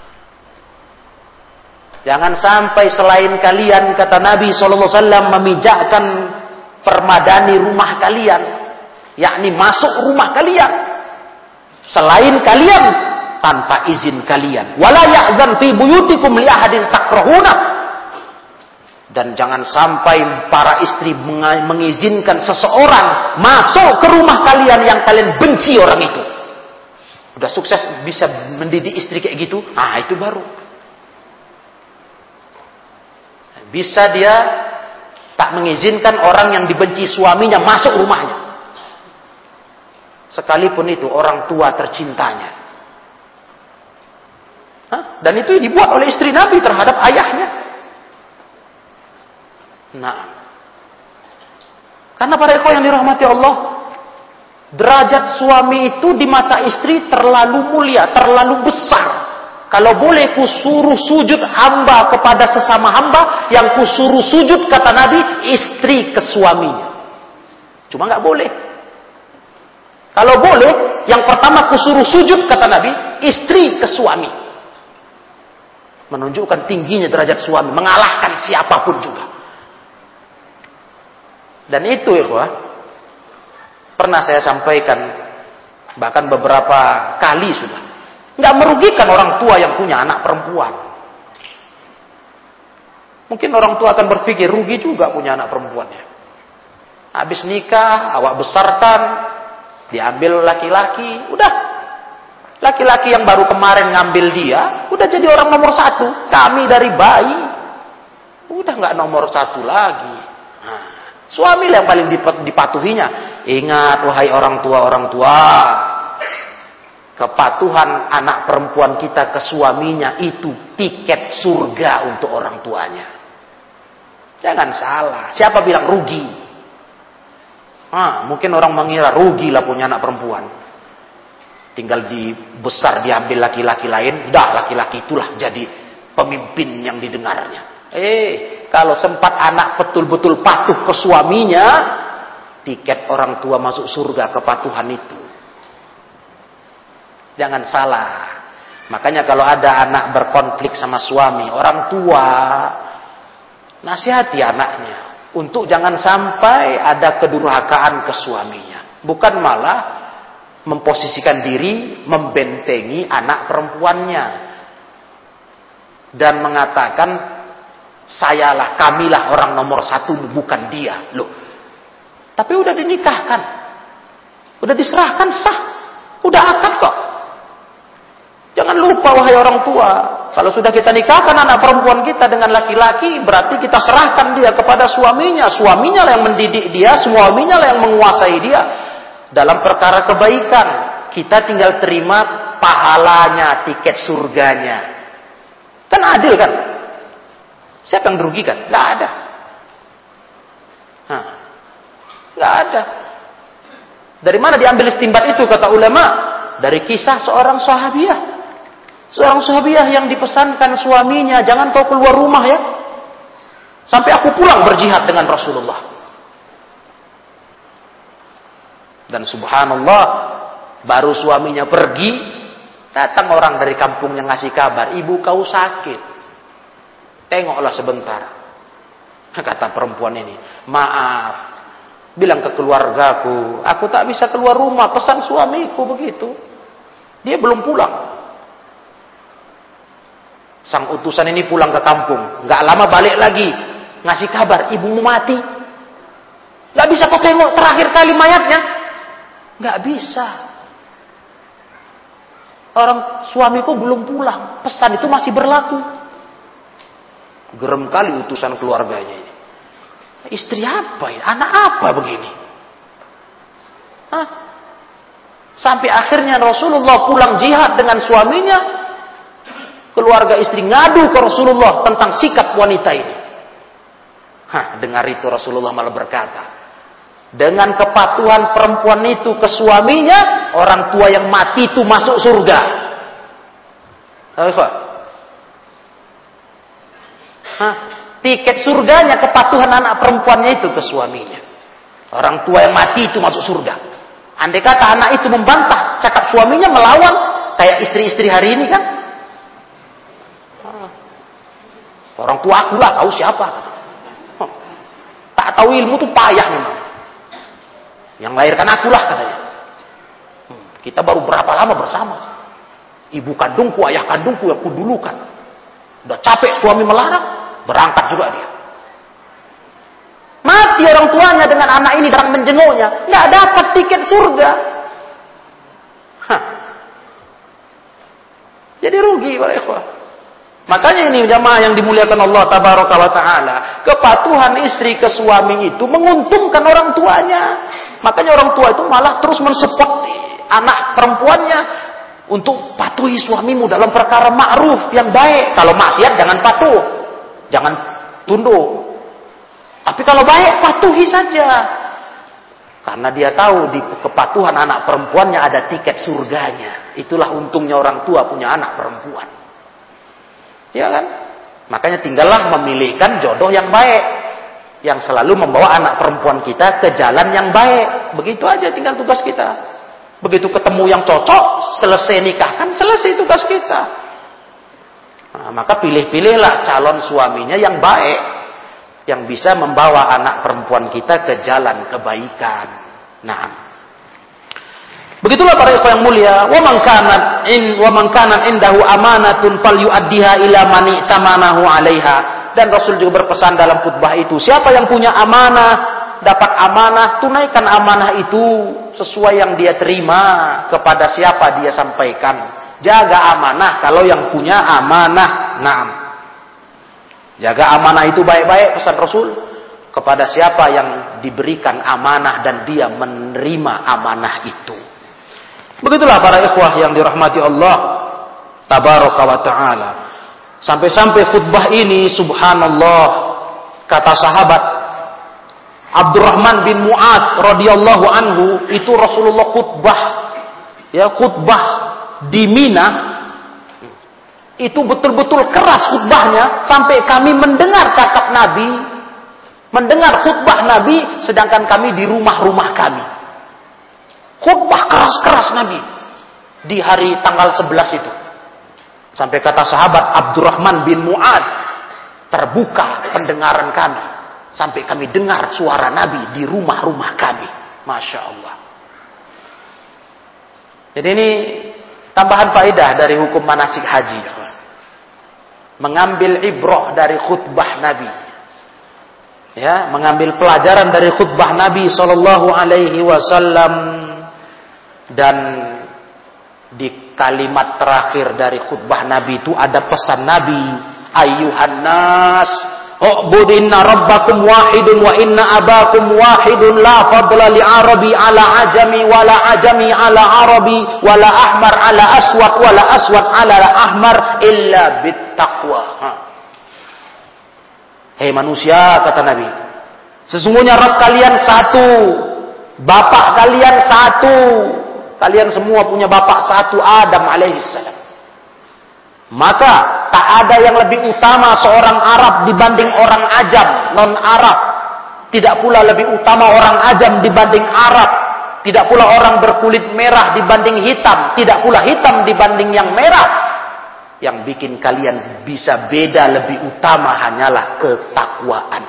Jangan sampai selain kalian, kata Nabi shallallahu alaihi wasallam, memijakkan permadani rumah kalian, yakni masuk rumah kalian selain kalian tanpa izin kalian. Wala ya'zan fi buyutikum li ahadin takrahuna. Dan jangan sampai para istri mengizinkan seseorang masuk ke rumah kalian yang kalian benci orang itu. Udah sukses bisa mendidik istri kayak gitu, ah itu baru. Bisa dia tak mengizinkan orang yang dibenci suaminya masuk rumahnya. Sekalipun itu orang tua tercintanya. Hah? Dan itu dibuat oleh istri Nabi terhadap ayahnya. Nah, karena para ikhwan yang dirahmati Allah, derajat suami itu di mata istri terlalu mulia, terlalu besar. Kalau boleh kusuruh sujud hamba kepada sesama hamba, yang kusuruh sujud kata Nabi istri ke suaminya. Cuma nggak boleh. Kalau boleh, yang pertama kusuruh sujud kata Nabi istri ke suami. Menunjukkan tingginya derajat suami, mengalahkan siapapun juga. Dan itu ya, pernah saya sampaikan bahkan beberapa kali sudah. Nggak merugikan orang tua yang punya anak perempuan. Mungkin orang tua akan berpikir rugi juga punya anak perempuannya. Habis nikah, awak besarkan, diambil laki-laki, udah. Laki-laki yang baru kemarin ngambil dia, udah jadi orang nomor satu. Kami dari bayi, udah nggak nomor satu lagi. Nah, suami yang paling dipatuhinya. Ingat wahai orang tua, orang tua, kepatuhan anak perempuan kita ke suaminya itu tiket surga untuk orang tuanya. Jangan salah. Siapa bilang rugi? Ah, mungkin orang mengira rugilah punya anak perempuan. Tinggal dibesar diambil laki-laki lain, dah laki-laki itulah jadi pemimpin yang didengarnya. Eh, kalau sempat anak betul-betul patuh ke suaminya, tiket orang tua masuk surga kepatuhan itu. Jangan salah. Makanya kalau ada anak berkonflik sama suami, orang tua nasihati anaknya untuk jangan sampai ada kedurhakaan ke suaminya. Bukan malah memposisikan diri membentengi anak perempuannya dan mengatakan sayalah, kamilah orang nomor satu, bukan dia. Loh, tapi udah dinikahkan, udah diserahkan, sah, udah akad kok. Jangan lupa wahai orang tua, kalau sudah kita nikahkan anak perempuan kita dengan laki-laki, berarti kita serahkan dia kepada suaminya. Suaminya lah yang mendidik dia, suaminya lah yang menguasai dia dalam perkara kebaikan. Kita tinggal terima pahalanya, tiket surganya. Kan adil kan? Siapa yang dirugikan? Nggak ada. Hah. Nggak ada. Dari mana diambil istinbat itu kata ulama? Dari kisah seorang sahabiah. Seorang sahabiah yang dipesankan suaminya, jangan kau keluar rumah ya, sampai aku pulang berjihad dengan Rasulullah. Dan subhanallah, baru suaminya pergi, datang orang dari kampungnya ngasih kabar, ibu kau sakit. Tengoklah sebentar. Kata perempuan ini, maaf, bilang ke keluargaku, aku tak bisa keluar rumah, pesan suamiku begitu. Dia belum pulang. Sang utusan ini pulang ke kampung, nggak lama balik lagi, ngasih kabar, ibumu mati. Nggak bisa kau tengok terakhir kali mayatnya? Nggak bisa. Orang suamiku belum pulang, pesan itu masih berlaku. Gerem kali utusan keluarganya ini. Istri apa ini? Anak apa begini? Hah? Sampai akhirnya Rasulullah pulang jihad dengan suaminya. Keluarga istri ngadu ke Rasulullah tentang sikap wanita ini. Hah, dengar itu Rasulullah malah berkata, dengan kepatuhan perempuan itu ke suaminya, orang tua yang mati itu masuk surga. Hah, tiket surganya kepatuhan anak perempuannya itu ke suaminya. Orang tua yang mati itu masuk surga. Andai kata anak itu membantah cakap suaminya, melawan kayak istri-istri hari ini kan. Orang tua aku lah, tahu siapa. Huh. Tak tahu ilmu tuh payah memang. Yang melahirkan aku lah katanya. Hmm. Kita baru berapa lama bersama. Ibu kandungku, ayah kandungku yang kudulukan. Udah capek suami melarang, berangkat juga dia. Mati orang tuanya dengan anak ini datang menjenguknya, nggak dapat tiket surga. Hah. Jadi rugi para ikhwah. Makanya ini jamaah yang dimuliakan Allah tabaraka wa taala, kepatuhan istri ke suami itu menguntungkan orang tuanya. Makanya orang tua itu malah terus mensupport anak perempuannya untuk patuhi suamimu dalam perkara ma'ruf yang baik. Kalau maksiat jangan patuh, jangan tunduk. Tapi kalau baik patuhi saja. Karena dia tahu di kepatuhan anak perempuannya ada tiket surganya. Itulah untungnya orang tua punya anak perempuan. Ya kan? Makanya tinggallah memilihkan jodoh yang baik, yang selalu membawa anak perempuan kita ke jalan yang baik. Begitu aja tinggal tugas kita. Begitu ketemu yang cocok, selesai nikahkan, selesai tugas kita. Nah, maka pilih-pilihlah calon suaminya yang baik, yang bisa membawa anak perempuan kita ke jalan kebaikan. Nah, begitulah para ikhwan yang mulia, wa man kana in wa man kana indahu amanatun falyu'addiha ila man i'tamanahu 'alaiha. Dan Rasul juga berpesan dalam khutbah itu, siapa yang punya amanah, dapat amanah, tunaikan amanah itu sesuai yang dia terima kepada siapa dia sampaikan. Jaga amanah kalau yang punya amanah. Naam. Jaga amanah itu baik-baik, pesan Rasul, kepada siapa yang diberikan amanah dan dia menerima amanah itu. Begitulah para ikhwah yang dirahmati Allah tabaraka wa ta'ala. Sampai-sampai khutbah ini subhanallah, kata sahabat, Abdurrahman bin Mu'adz radhiyallahu anhu itu Rasulullah khutbah, ya khutbah di Mina, itu betul-betul keras khutbahnya sampai kami mendengar cakap Nabi, mendengar khutbah Nabi, sedangkan kami di rumah-rumah kami. Khutbah keras-keras Nabi di hari tanggal sebelas itu. Sampai kata sahabat Abdurrahman bin Mu'adz, terbuka pendengaran kami sampai kami dengar suara Nabi di rumah-rumah kami. Masya Allah. Jadi ini tambahan faedah dari hukum manasik haji. Mengambil ibrah dari khutbah Nabi. Ya, mengambil pelajaran dari khutbah Nabi sallallahu alaihi wasallam. Dan di kalimat terakhir dari khutbah Nabi itu ada pesan Nabi, ayyuhan nas, u'budinna rabbakum wahidun wa inna abakum wahidun la fadla li arabi ala ajami wala ajami ala arabi wala ahmar ala aswad wala aswad ala ahmar illa bittaqwa. Hei manusia, kata Nabi, sesungguhnya Rabb kalian satu, bapak kalian satu, kalian semua punya bapak satu, Adam alaihissalam. Maka tak ada yang lebih utama seorang Arab dibanding orang Ajam, non-Arab. Tidak pula lebih utama orang Ajam dibanding Arab. Tidak pula orang berkulit merah dibanding hitam. Tidak pula hitam dibanding yang merah. Yang bikin kalian bisa beda lebih utama hanyalah ketakwaan.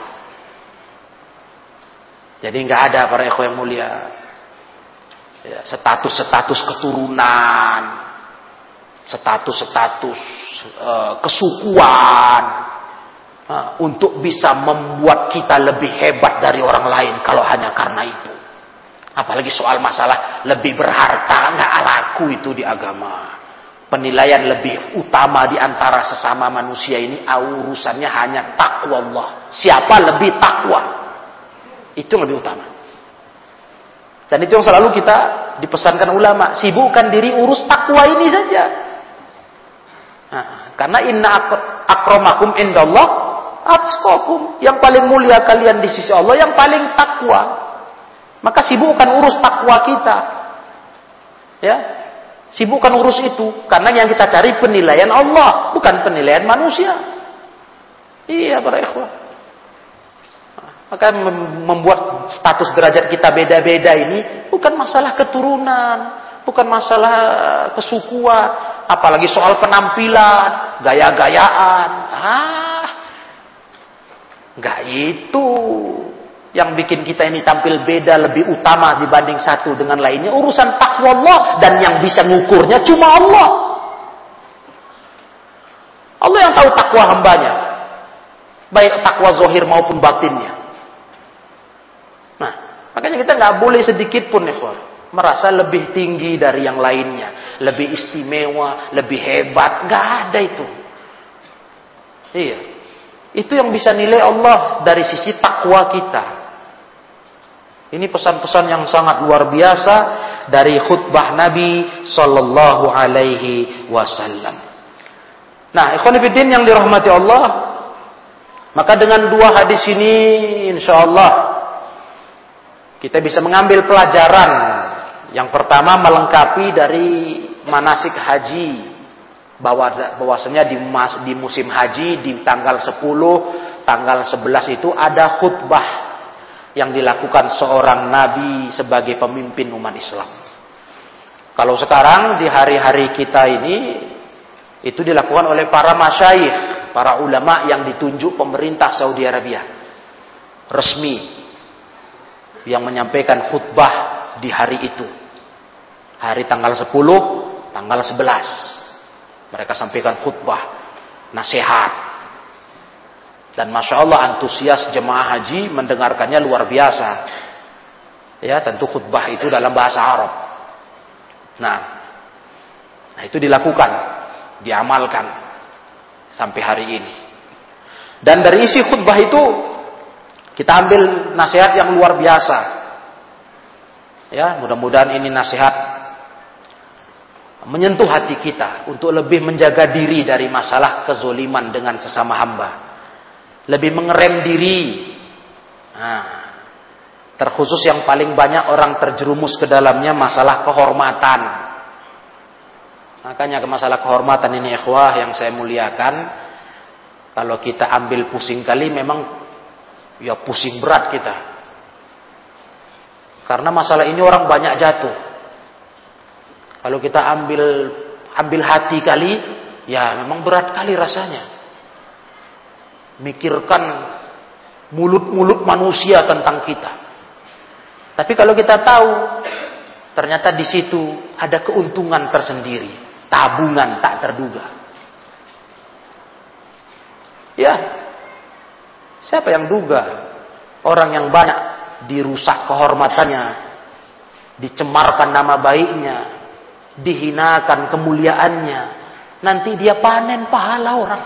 Jadi nggak ada para ikhwan yang mulia, ya, status-status keturunan, status-status uh, kesukuan uh, untuk bisa membuat kita lebih hebat dari orang lain kalau hanya karena itu. Apalagi soal masalah lebih berharta, nggak laku itu di agama. Penilaian lebih utama di antara sesama manusia ini urusannya hanya takwa Allah. Siapa lebih takwa, itu yang lebih utama. Dan itu yang selalu kita dipesankan ulama, sibukkan diri urus takwa ini saja. Nah, karena inna akramakum indallah atqakum, yang paling mulia kalian di sisi Allah yang paling takwa. Maka sibukkan urus takwa kita. Ya. Sibukkan urus itu, karena yang kita cari penilaian Allah, bukan penilaian manusia. Iya para ikhwah. Maka membuat status derajat kita beda-beda ini bukan masalah keturunan, bukan masalah kesukuan, apalagi soal penampilan, gaya-gayaan. Ah, nggak itu yang bikin kita ini tampil beda lebih utama dibanding satu dengan lainnya. Urusan takwa Allah, dan yang bisa ngukurnya cuma Allah. Allah yang tahu takwa hambanya, baik takwa zahir maupun batinnya. Nah, makanya kita nggak boleh sedikit pun ya, merasa lebih tinggi dari yang lainnya, lebih istimewa, lebih hebat. Nggak ada itu. Iya, itu yang bisa nilai Allah dari sisi takwa kita. Ini pesan-pesan yang sangat luar biasa dari khutbah Nabi Sallallahu Alaihi Wasallam. Nah, ikhwan fillah yang dirahmati Allah, maka dengan dua hadis ini, insya Allah kita bisa mengambil pelajaran. Yang pertama, melengkapi dari manasik haji, bahwa bahwasanya di, di musim haji di tanggal sepuluh, tanggal sebelas itu ada khutbah yang dilakukan seorang nabi sebagai pemimpin umat Islam. Kalau sekarang di hari-hari kita ini itu dilakukan oleh para masyayikh, para ulama yang ditunjuk pemerintah Saudi Arabia resmi, yang menyampaikan khutbah di hari itu, hari tanggal sepuluh, tanggal sebelas. Mereka sampaikan khutbah, nasihat. Dan Masya Allah antusias jemaah haji mendengarkannya luar biasa. Ya, tentu khutbah itu dalam bahasa Arab. Nah, nah itu dilakukan, diamalkan sampai hari ini. Dan dari isi khutbah itu kita ambil nasihat yang luar biasa. Ya, mudah-mudahan ini nasihat menyentuh hati kita untuk lebih menjaga diri dari masalah kezoliman dengan sesama hamba, lebih mengerem diri. Nah, Terkhusus yang paling banyak orang terjerumus ke dalamnya masalah kehormatan. Makanya ke masalah kehormatan ini ikhwah yang saya muliakan, kalau kita ambil pusing kali memang ya pusing berat kita. Karena masalah ini orang banyak jatuh. Kalau kita ambil ambil hati kali, ya memang berat kali rasanya. Mikirkan mulut-mulut manusia tentang kita. Tapi kalau kita tahu, ternyata di situ ada keuntungan tersendiri, tabungan tak terduga. Ya, siapa yang duga orang yang banyak dirusak kehormatannya, dicemarkan nama baiknya, dihinakan kemuliaannya, nanti dia panen pahala orang.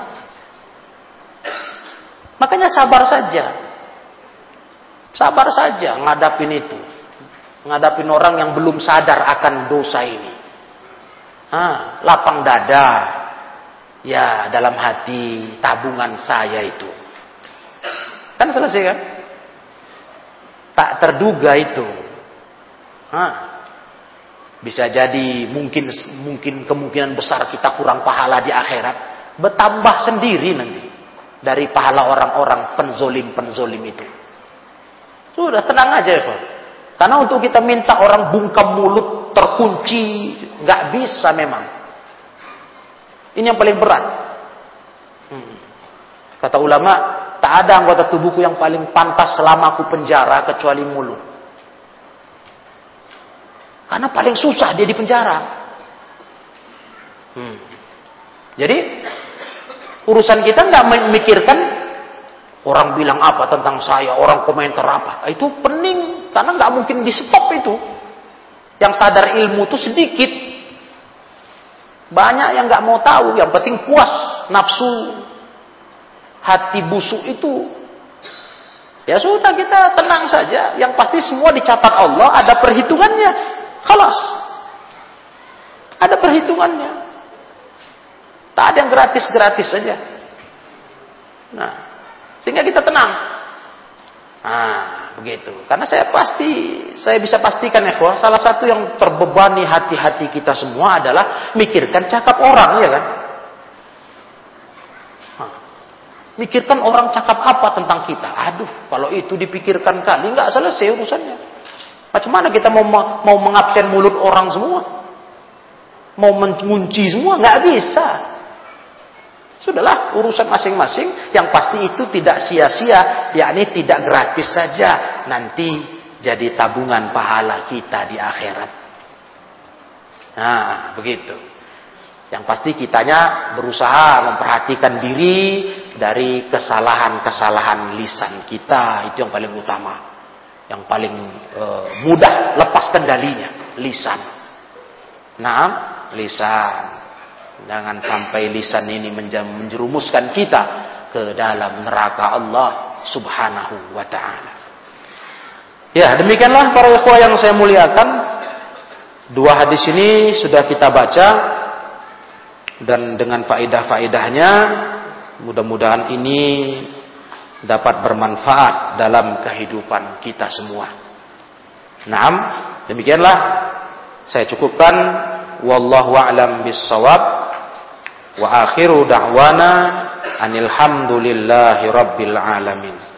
Makanya sabar saja. Sabar saja ngadapin itu. Ngadapin orang yang belum sadar akan dosa ini. Ah, lapang dada. Ya, dalam hati tabungan saya itu. Kan selesai kan? Tak terduga itu. Ah, bisa jadi mungkin mungkin kemungkinan besar kita kurang pahala di akhirat. Bertambah sendiri nanti. Dari pahala orang-orang penzolim-penzolim itu. Sudah tenang aja ya Pak. Karena untuk kita minta orang bungkam mulut, terkunci, nggak bisa memang. Ini yang paling berat. Hmm. Kata ulama, tak ada anggota tubuhku yang paling pantas selama aku penjara kecuali mulut. Karena paling susah dia di penjara. Hmm. Jadi urusan kita nggak memikirkan orang bilang apa tentang saya, orang komentar apa. Itu pening, karena nggak mungkin di stop itu. Yang sadar ilmu itu sedikit. Banyak yang nggak mau tahu, yang penting puas nafsu, hati busuk itu. Ya sudah, kita tenang saja. Yang pasti semua dicatat Allah, ada perhitungannya. Khalas. Ada perhitungannya. Tak ada yang gratis-gratis saja. Nah, sehingga kita tenang. Nah, begitu. Karena saya pasti, saya bisa pastikan ya, salah satu yang terbebani hati-hati kita semua adalah mikirkan cakap orang, ya kan? Nah, mikirkan orang cakap apa tentang kita. Aduh, kalau itu dipikirkan kali, nggak selesai urusannya. Macam mana kita mau mau mengabsen mulut orang semua? Mau mengunci semua? Nggak bisa. Sudahlah, urusan masing-masing. Yang pasti itu tidak sia-sia, yakni tidak gratis saja. Nanti jadi tabungan pahala kita di akhirat. Nah, begitu. Yang pasti kitanya berusaha memperhatikan diri dari kesalahan-kesalahan lisan kita. Itu yang paling utama. Yang paling e, mudah lepas kendalinya. Lisan. Nah, lisan. Jangan sampai lisan ini menjerumuskan kita ke dalam neraka Allah Subhanahu wa ta'ala. Ya, demikianlah para ikhwah yang saya muliakan. Dua hadis ini sudah kita baca, dan dengan faedah-faedahnya mudah-mudahan ini dapat bermanfaat dalam kehidupan kita semua. Naam, demikianlah saya cukupkan. Wallahu a'lam bis-shawab. Wa akhiru da'wana anil hamdulillahi rabbil alamin.